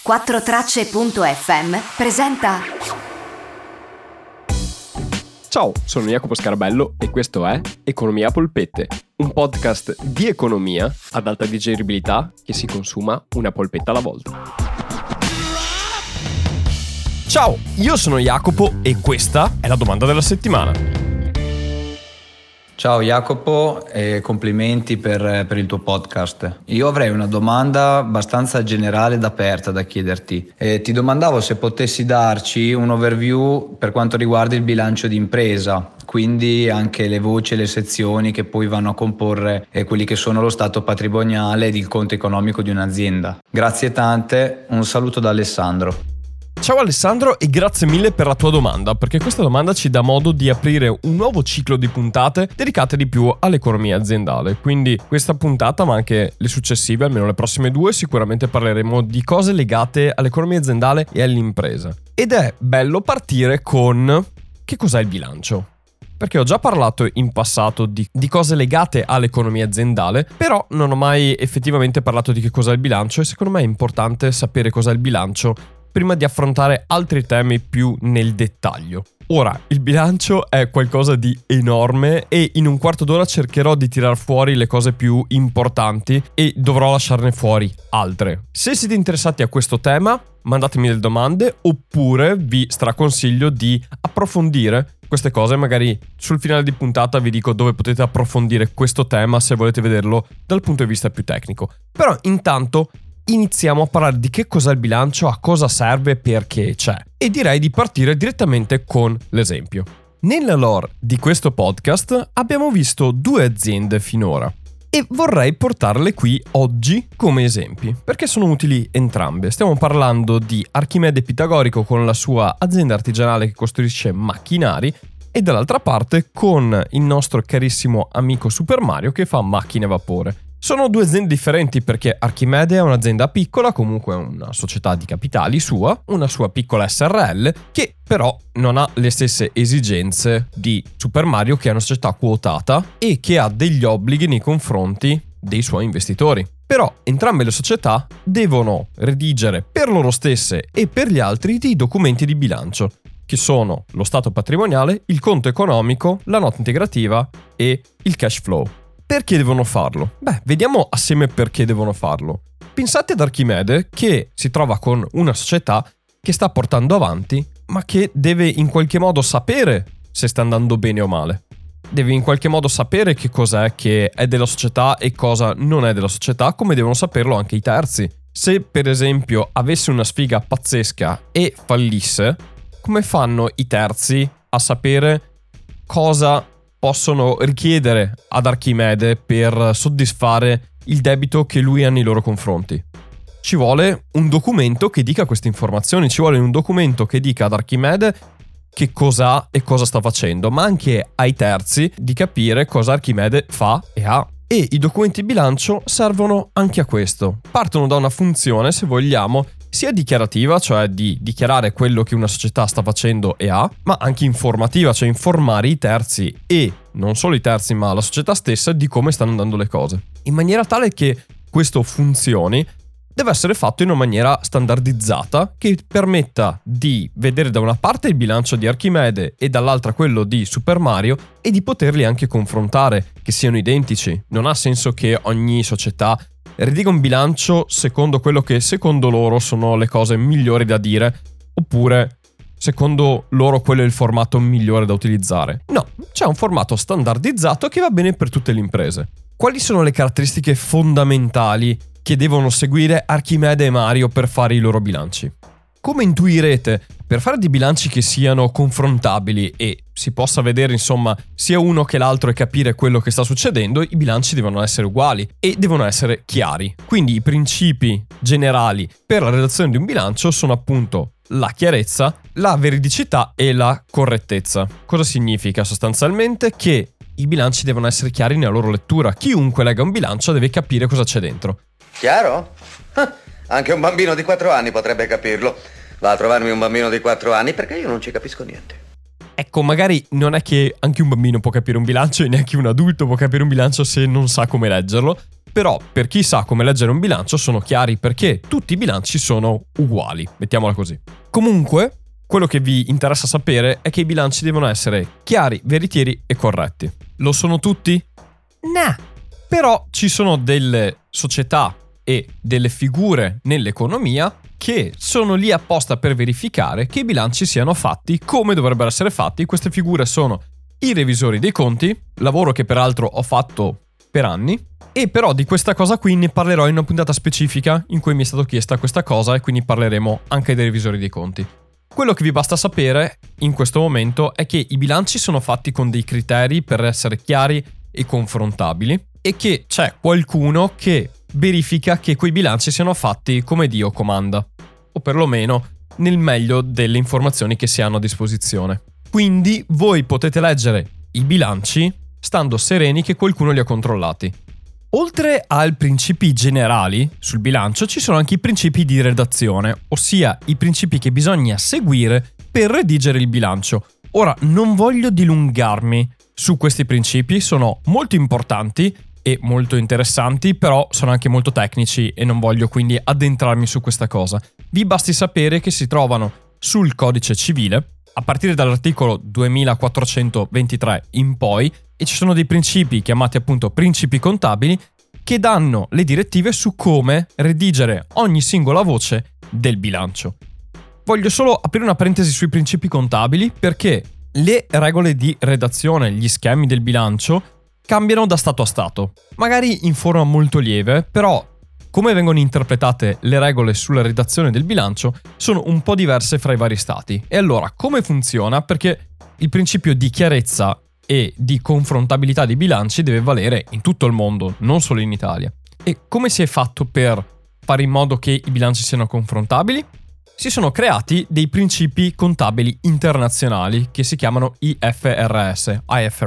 4tracce.fm presenta. Ciao, sono Jacopo Scarabello e questo è Economia a polpette, un podcast di economia ad alta digeribilità che si consuma una polpetta alla volta. Ciao, io sono Jacopo e questa è la domanda della settimana. Ciao Jacopo e complimenti per il tuo podcast. Io avrei una domanda abbastanza generale ed aperta da chiederti. Ti domandavo se potessi darci un overview per quanto riguarda il bilancio di impresa, quindi anche le voci e le sezioni che poi vanno a comporre quelli che sono lo stato patrimoniale ed il conto economico di un'azienda. Grazie tante, un saluto da Alessandro. Ciao Alessandro e grazie mille per la tua domanda, perché questa domanda ci dà modo di aprire un nuovo ciclo di puntate dedicate di più all'economia aziendale. Quindi questa puntata, ma anche le successive, almeno le prossime due, sicuramente parleremo di cose legate all'economia aziendale e all'impresa. Ed è bello partire con che cos'è il bilancio. Perché ho già parlato in passato di cose legate all'economia aziendale, però non ho mai effettivamente parlato di che cos'è il bilancio e secondo me è importante sapere cos'è il bilancio prima di affrontare altri temi più nel dettaglio. Ora, il bilancio è qualcosa di enorme e in un quarto d'ora cercherò di tirar fuori le cose più importanti e dovrò lasciarne fuori altre. Se siete interessati a questo tema, mandatemi delle domande oppure vi straconsiglio di approfondire queste cose. Magari sul finale di puntata vi dico dove potete approfondire questo tema se volete vederlo dal punto di vista più tecnico. Però intanto iniziamo a parlare di che cos'è il bilancio, a cosa serve, perché c'è. E direi di partire direttamente con l'esempio. Nella lore di questo podcast abbiamo visto due aziende finora e vorrei portarle qui oggi come esempi, perché sono utili entrambe. Stiamo parlando di Archimede Pitagorico con la sua azienda artigianale che costruisce macchinari e dall'altra parte con il nostro carissimo amico Super Mario che fa macchine a vapore. Sono due aziende differenti perché Archimede è un'azienda piccola, comunque una società di capitali sua, una sua piccola SRL, che però non ha le stesse esigenze di Super Mario, che è una società quotata e che ha degli obblighi nei confronti dei suoi investitori. Però entrambe le società devono redigere per loro stesse e per gli altri dei documenti di bilancio, che sono lo stato patrimoniale, il conto economico, la nota integrativa e il cash flow. Perché devono farlo? Beh, vediamo assieme perché devono farlo. Pensate ad Archimede che si trova con una società che sta portando avanti, ma che deve in qualche modo sapere se sta andando bene o male. Deve in qualche modo sapere che cos'è che è della società e cosa non è della società, come devono saperlo anche i terzi. Se per esempio avesse una sfiga pazzesca e fallisse, come fanno i terzi a sapere cosa possono richiedere ad Archimede per soddisfare il debito che lui ha nei loro confronti? Ci vuole un documento che dica queste informazioni, ci vuole un documento che dica ad Archimede che cosa e cosa sta facendo, ma anche ai terzi di capire cosa Archimede fa e ha. E i documenti bilancio servono anche a questo. Partono da una funzione, se vogliamo, sia dichiarativa, cioè di dichiarare quello che una società sta facendo e ha, ma anche informativa, cioè informare i terzi e non solo i terzi ma la società stessa di come stanno andando le cose. In maniera tale che questo funzioni deve essere fatto in una maniera standardizzata che permetta di vedere da una parte il bilancio di Archimede e dall'altra quello di Super Mario e di poterli anche confrontare, che siano identici. Non ha senso che ogni società rediga un bilancio secondo quello che secondo loro sono le cose migliori da dire, oppure secondo loro quello è il formato migliore da utilizzare. No, c'è un formato standardizzato che va bene per tutte le imprese. Quali sono le caratteristiche fondamentali che devono seguire Archimede e Mario per fare i loro bilanci? Come intuirete, per fare dei bilanci che siano confrontabili e si possa vedere insomma sia uno che l'altro e capire quello che sta succedendo, i bilanci devono essere uguali e devono essere chiari. Quindi i principi generali per la redazione di un bilancio sono appunto la chiarezza, la veridicità e la correttezza. Cosa significa sostanzialmente? Che i bilanci devono essere chiari nella loro lettura. Chiunque legga un bilancio deve capire cosa c'è dentro. Chiaro? Anche un bambino di 4 anni potrebbe capirlo. Va a trovarmi un bambino di 4 anni perché io non ci capisco niente. Ecco, magari non è che anche un bambino può capire un bilancio e neanche un adulto può capire un bilancio se non sa come leggerlo, Però per chi sa come leggere un bilancio sono chiari perché tutti i bilanci sono uguali, mettiamola così. Comunque, quello che vi interessa sapere è che i bilanci devono essere chiari, veritieri e corretti. Lo sono tutti? Nah. Però ci sono delle società e delle figure nell'economia che sono lì apposta per verificare che i bilanci siano fatti come dovrebbero essere fatti. Queste figure sono i revisori dei conti, lavoro che peraltro ho fatto per anni, e però di questa cosa qui ne parlerò in una puntata specifica in cui mi è stata chiesta questa cosa e quindi parleremo anche dei revisori dei conti. Quello che vi basta sapere in questo momento è che i bilanci sono fatti con dei criteri per essere chiari e confrontabili e che c'è qualcuno che verifica che quei bilanci siano fatti come Dio comanda, o perlomeno nel meglio delle informazioni che si hanno a disposizione. Quindi voi potete leggere i bilanci stando sereni che qualcuno li ha controllati. Oltre ai principi generali sul bilancio ci sono anche i principi di redazione, ossia i principi che bisogna seguire per redigere il bilancio. Ora, non voglio dilungarmi su questi principi, sono molto importanti e molto interessanti, però sono anche molto tecnici e non voglio quindi addentrarmi su questa cosa. Vi basti sapere che si trovano sul codice civile, a partire dall'articolo 2423 in poi, e ci sono dei principi chiamati appunto principi contabili che danno le direttive su come redigere ogni singola voce del bilancio. Voglio solo aprire una parentesi sui principi contabili perché le regole di redazione, gli schemi del bilancio cambiano da stato a stato, magari in forma molto lieve, però come vengono interpretate le regole sulla redazione del bilancio sono un po' diverse fra i vari stati. E allora, come funziona? Perché il principio di chiarezza e di confrontabilità dei bilanci deve valere in tutto il mondo, non solo in Italia. E come si è fatto per fare in modo che i bilanci siano confrontabili? Si sono creati dei principi contabili internazionali che si chiamano IFRS.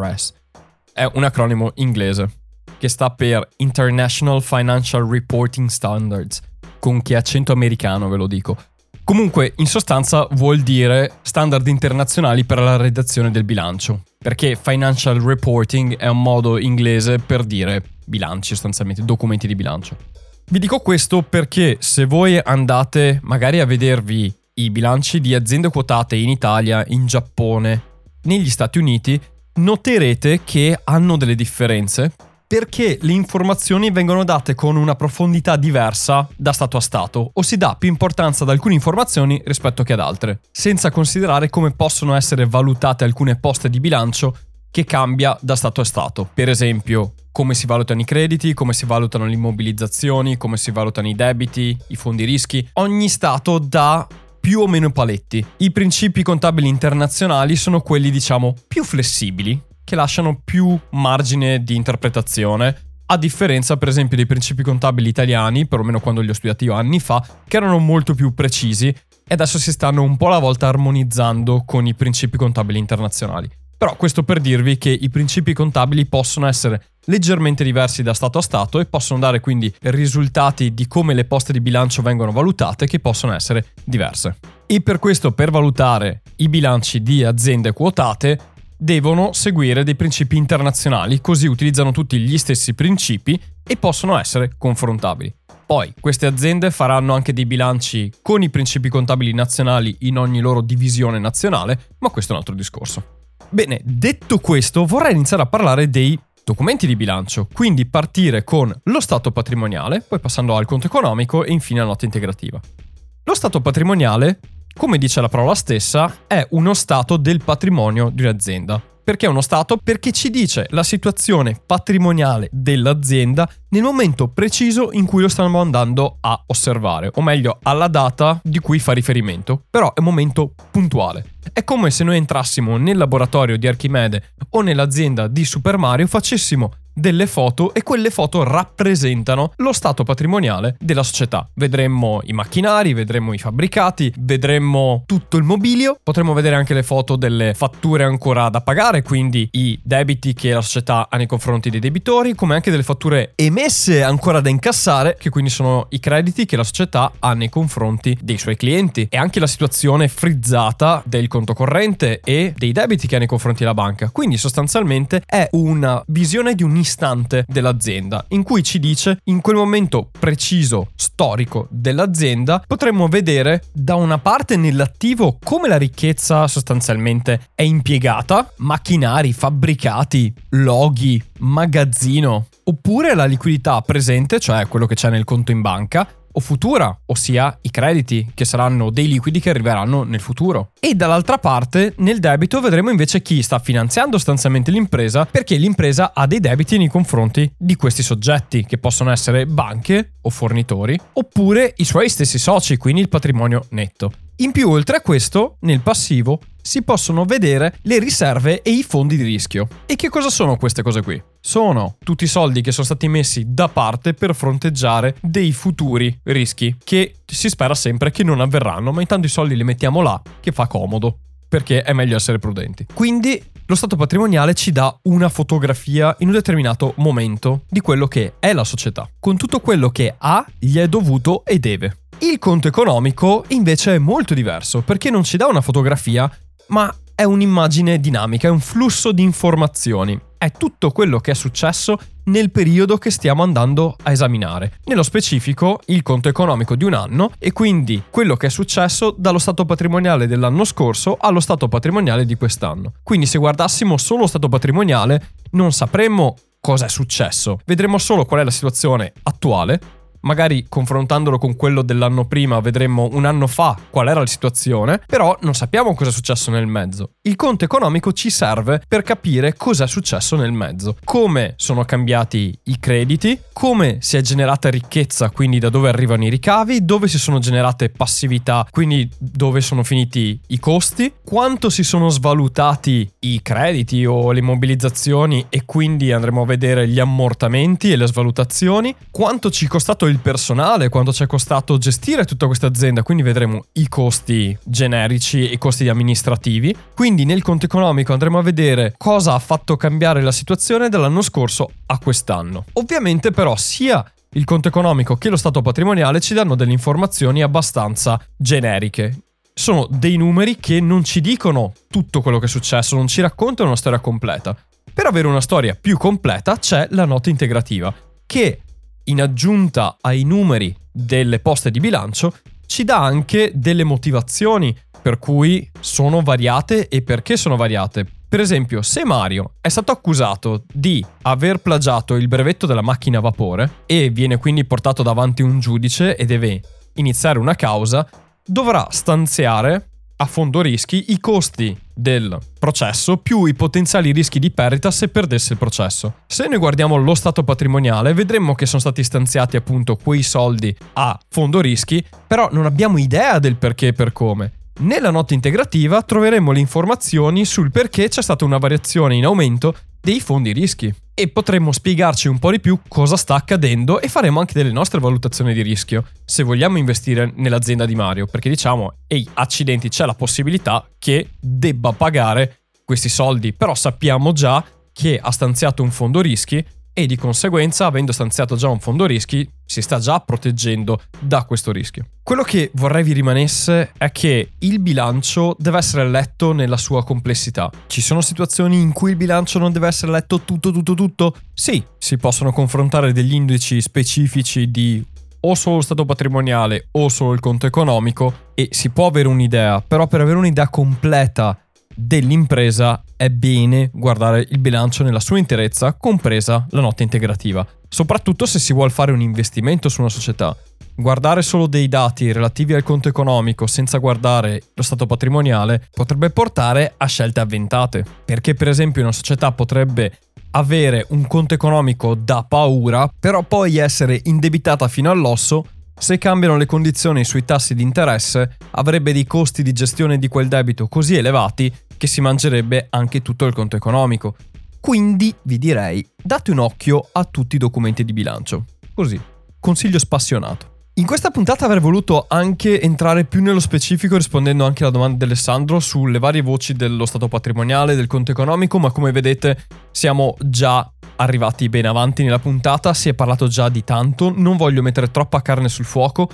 È un acronimo inglese che sta per International Financial Reporting Standards, con che accento americano ve lo dico. Comunque, in sostanza vuol dire standard internazionali per la redazione del bilancio, perché financial reporting è un modo inglese per dire bilanci, sostanzialmente, documenti di bilancio. Vi dico questo perché se voi andate magari a vedervi i bilanci di aziende quotate in Italia, in Giappone, negli Stati Uniti, noterete che hanno delle differenze perché le informazioni vengono date con una profondità diversa da stato a stato, o si dà più importanza ad alcune informazioni rispetto che ad altre, senza considerare come possono essere valutate alcune poste di bilancio che cambia da stato a stato. Per esempio, come si valutano i crediti, come si valutano le immobilizzazioni, come si valutano i debiti, i fondi rischi. Ogni stato dà più o meno paletti. I principi contabili internazionali sono quelli, diciamo, più flessibili, che lasciano più margine di interpretazione, a differenza per esempio dei principi contabili italiani, perlomeno quando li ho studiati io anni fa, che erano molto più precisi e adesso si stanno un po' alla volta armonizzando con i principi contabili internazionali. Però questo per dirvi che i principi contabili possono essere leggermente diversi da stato a stato e possono dare quindi risultati di come le poste di bilancio vengono valutate che possono essere diverse. E per questo, per valutare i bilanci di aziende quotate, devono seguire dei principi internazionali, così utilizzano tutti gli stessi principi e possono essere confrontabili. Poi, queste aziende faranno anche dei bilanci con i principi contabili nazionali in ogni loro divisione nazionale, ma questo è un altro discorso. Bene, detto questo, vorrei iniziare a parlare dei documenti di bilancio, quindi partire con lo stato patrimoniale, poi passando al conto economico e infine alla nota integrativa. Lo stato patrimoniale, come dice la parola stessa, è uno stato del patrimonio di un'azienda. Perché è uno stato? Perché ci dice la situazione patrimoniale dell'azienda nel momento preciso in cui lo stiamo andando a osservare, o meglio, alla data di cui fa riferimento, però è un momento puntuale. È come se noi entrassimo nel laboratorio di Archimede o nell'azienda di Super Mario, facessimo delle foto e quelle foto rappresentano lo stato patrimoniale della società. Vedremmo i macchinari, vedremmo i fabbricati, vedremmo tutto il mobilio, potremmo vedere anche le foto delle fatture ancora da pagare, quindi i debiti che la società ha nei confronti dei debitori, come anche delle fatture emesse ancora da incassare, che quindi sono i crediti che la società ha nei confronti dei suoi clienti, e anche la situazione frizzata del conto corrente e dei debiti che ha nei confronti della banca. Quindi sostanzialmente è una visione di un istante dell'azienda, in cui ci dice in quel momento preciso storico dell'azienda potremmo vedere da una parte nell'attivo come la ricchezza sostanzialmente è impiegata, macchinari, fabbricati, loghi, magazzino, oppure la liquidità presente, cioè quello che c'è nel conto in banca, o futura, ossia i crediti, che saranno dei liquidi che arriveranno nel futuro. E dall'altra parte, nel debito, vedremo invece chi sta finanziando sostanzialmente l'impresa, perché l'impresa ha dei debiti nei confronti di questi soggetti, che possono essere banche o fornitori, oppure i suoi stessi soci, quindi il patrimonio netto. In più, oltre a questo, nel passivo si possono vedere le riserve e i fondi di rischio. E che cosa sono queste cose qui? Sono tutti i soldi che sono stati messi da parte per fronteggiare dei futuri rischi che si spera sempre che non avverranno, ma intanto i soldi li mettiamo là, che fa comodo, perché è meglio essere prudenti. Quindi lo stato patrimoniale ci dà una fotografia in un determinato momento di quello che è la società, con tutto quello che ha, gli è dovuto e deve. Il conto economico invece è molto diverso, perché non ci dà una fotografia, ma è un'immagine dinamica, è un flusso di informazioni. È tutto quello che è successo nel periodo che stiamo andando a esaminare. Nello specifico, il conto economico di un anno e quindi quello che è successo dallo stato patrimoniale dell'anno scorso allo stato patrimoniale di quest'anno. Quindi se guardassimo solo lo stato patrimoniale, non sapremmo cosa è successo. Vedremo solo qual è la situazione attuale. Magari confrontandolo con quello dell'anno prima vedremmo un anno fa qual era la situazione, però non sappiamo cosa è successo nel mezzo. Il conto economico ci serve per capire cosa è successo nel mezzo, come sono cambiati i crediti, come si è generata ricchezza, quindi da dove arrivano i ricavi, dove si sono generate passività, quindi dove sono finiti i costi, quanto si sono svalutati i crediti o le immobilizzazioni e quindi andremo a vedere gli ammortamenti e le svalutazioni, quanto ci è costato il personale, quanto ci è costato gestire tutta questa azienda, quindi vedremo i costi generici e i costi amministrativi. Quindi nel conto economico andremo a vedere cosa ha fatto cambiare la situazione dall'anno scorso a quest'anno. Ovviamente però sia il conto economico che lo stato patrimoniale ci danno delle informazioni abbastanza generiche. Sono dei numeri che non ci dicono tutto quello che è successo, non ci raccontano una storia completa. Per avere una storia più completa c'è la nota integrativa, che in aggiunta ai numeri delle poste di bilancio ci dà anche delle motivazioni per cui sono variate e perché sono variate. Per esempio, se Mario è stato accusato di aver plagiato il brevetto della macchina a vapore e viene quindi portato davanti un giudice e deve iniziare una causa, dovrà stanziare a fondo rischi i costi del processo più i potenziali rischi di perdita se perdesse il processo. Se noi guardiamo lo stato patrimoniale vedremmo che sono stati stanziati appunto quei soldi a fondo rischi, però non abbiamo idea del perché e per come. Nella nota integrativa troveremo le informazioni sul perché c'è stata una variazione in aumento dei fondi rischi e potremmo spiegarci un po' di più cosa sta accadendo e faremo anche delle nostre valutazioni di rischio se vogliamo investire nell'azienda di Mario, perché diciamo, ehi, accidenti, c'è la possibilità che debba pagare questi soldi, però sappiamo già che ha stanziato un fondo rischi e di conseguenza, avendo stanziato già un fondo rischi, si sta già proteggendo da questo rischio. Quello che vorrei vi rimanesse è che il bilancio deve essere letto nella sua complessità. Ci sono situazioni in cui il bilancio non deve essere letto tutto? Sì, si possono confrontare degli indici specifici di o solo lo stato patrimoniale o solo il conto economico e si può avere un'idea, però per avere un'idea completa dell'impresa è bene guardare il bilancio nella sua interezza, compresa la nota integrativa. Soprattutto se si vuole fare un investimento su una società. Guardare solo dei dati relativi al conto economico senza guardare lo stato patrimoniale potrebbe portare a scelte avventate. Perché per esempio una società potrebbe avere un conto economico da paura, però poi essere indebitata fino all'osso. Se cambiano le condizioni sui tassi di interesse, avrebbe dei costi di gestione di quel debito così elevati che si mangerebbe anche tutto il conto economico. Quindi vi direi, date un occhio a tutti i documenti di bilancio. Così, consiglio spassionato. In questa puntata avrei voluto anche entrare più nello specifico rispondendo anche alla domanda di Alessandro sulle varie voci dello stato patrimoniale, del conto economico, ma come vedete siamo già arrivati ben avanti nella puntata, si è parlato già di tanto, non voglio mettere troppa carne sul fuoco.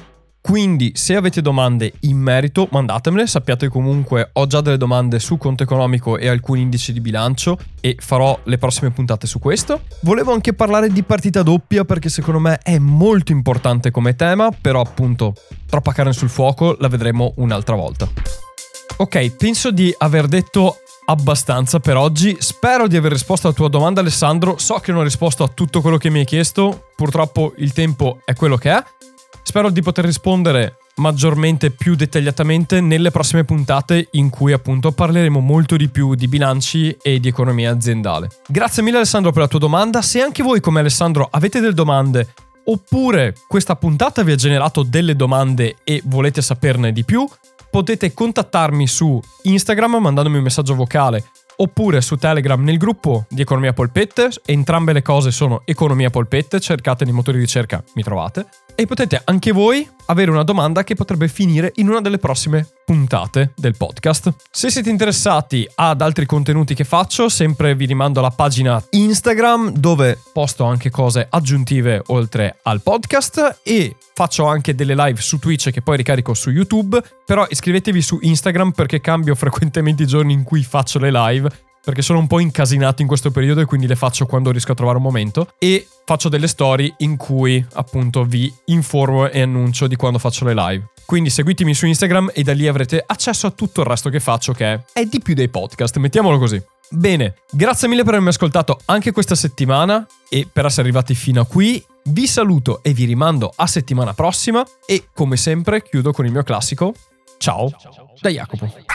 Quindi se avete domande in merito mandatemele, sappiate comunque ho già delle domande su conto economico e alcuni indici di bilancio e farò le prossime puntate su questo. Volevo anche parlare di partita doppia perché secondo me è molto importante come tema, però appunto troppa carne sul fuoco, la vedremo un'altra volta. Ok, penso di aver detto abbastanza per oggi. Spero di aver risposto alla tua domanda, Alessandro. So che non ho risposto a tutto quello che mi hai chiesto, purtroppo il tempo è quello che è. Spero di poter rispondere maggiormente, più dettagliatamente nelle prossime puntate in cui appunto parleremo molto di più di bilanci e di economia aziendale. Grazie mille Alessandro per la tua domanda. Se anche voi come Alessandro avete delle domande oppure questa puntata vi ha generato delle domande e volete saperne di più, potete contattarmi su Instagram mandandomi un messaggio vocale oppure su Telegram nel gruppo di Economia Polpette. Entrambe le cose sono Economia Polpette, cercate nei motori di ricerca, mi trovate. E potete anche voi avere una domanda che potrebbe finire in una delle prossime puntate del podcast. Se siete interessati ad altri contenuti che faccio, sempre vi rimando alla pagina Instagram dove posto anche cose aggiuntive oltre al podcast e faccio anche delle live su Twitch che poi ricarico su YouTube, però iscrivetevi su Instagram perché cambio frequentemente i giorni in cui faccio le live, perché sono un po' incasinato in questo periodo e quindi le faccio quando riesco a trovare un momento e faccio delle story in cui appunto vi informo e annuncio di quando faccio le live. Quindi seguitemi su Instagram e da lì avrete accesso a tutto il resto che faccio che è di più dei podcast, mettiamolo così. Bene, grazie mille per avermi ascoltato anche questa settimana e per essere arrivati fino a qui. Vi saluto e vi rimando a settimana prossima e come sempre chiudo con il mio classico ciao da Jacopo.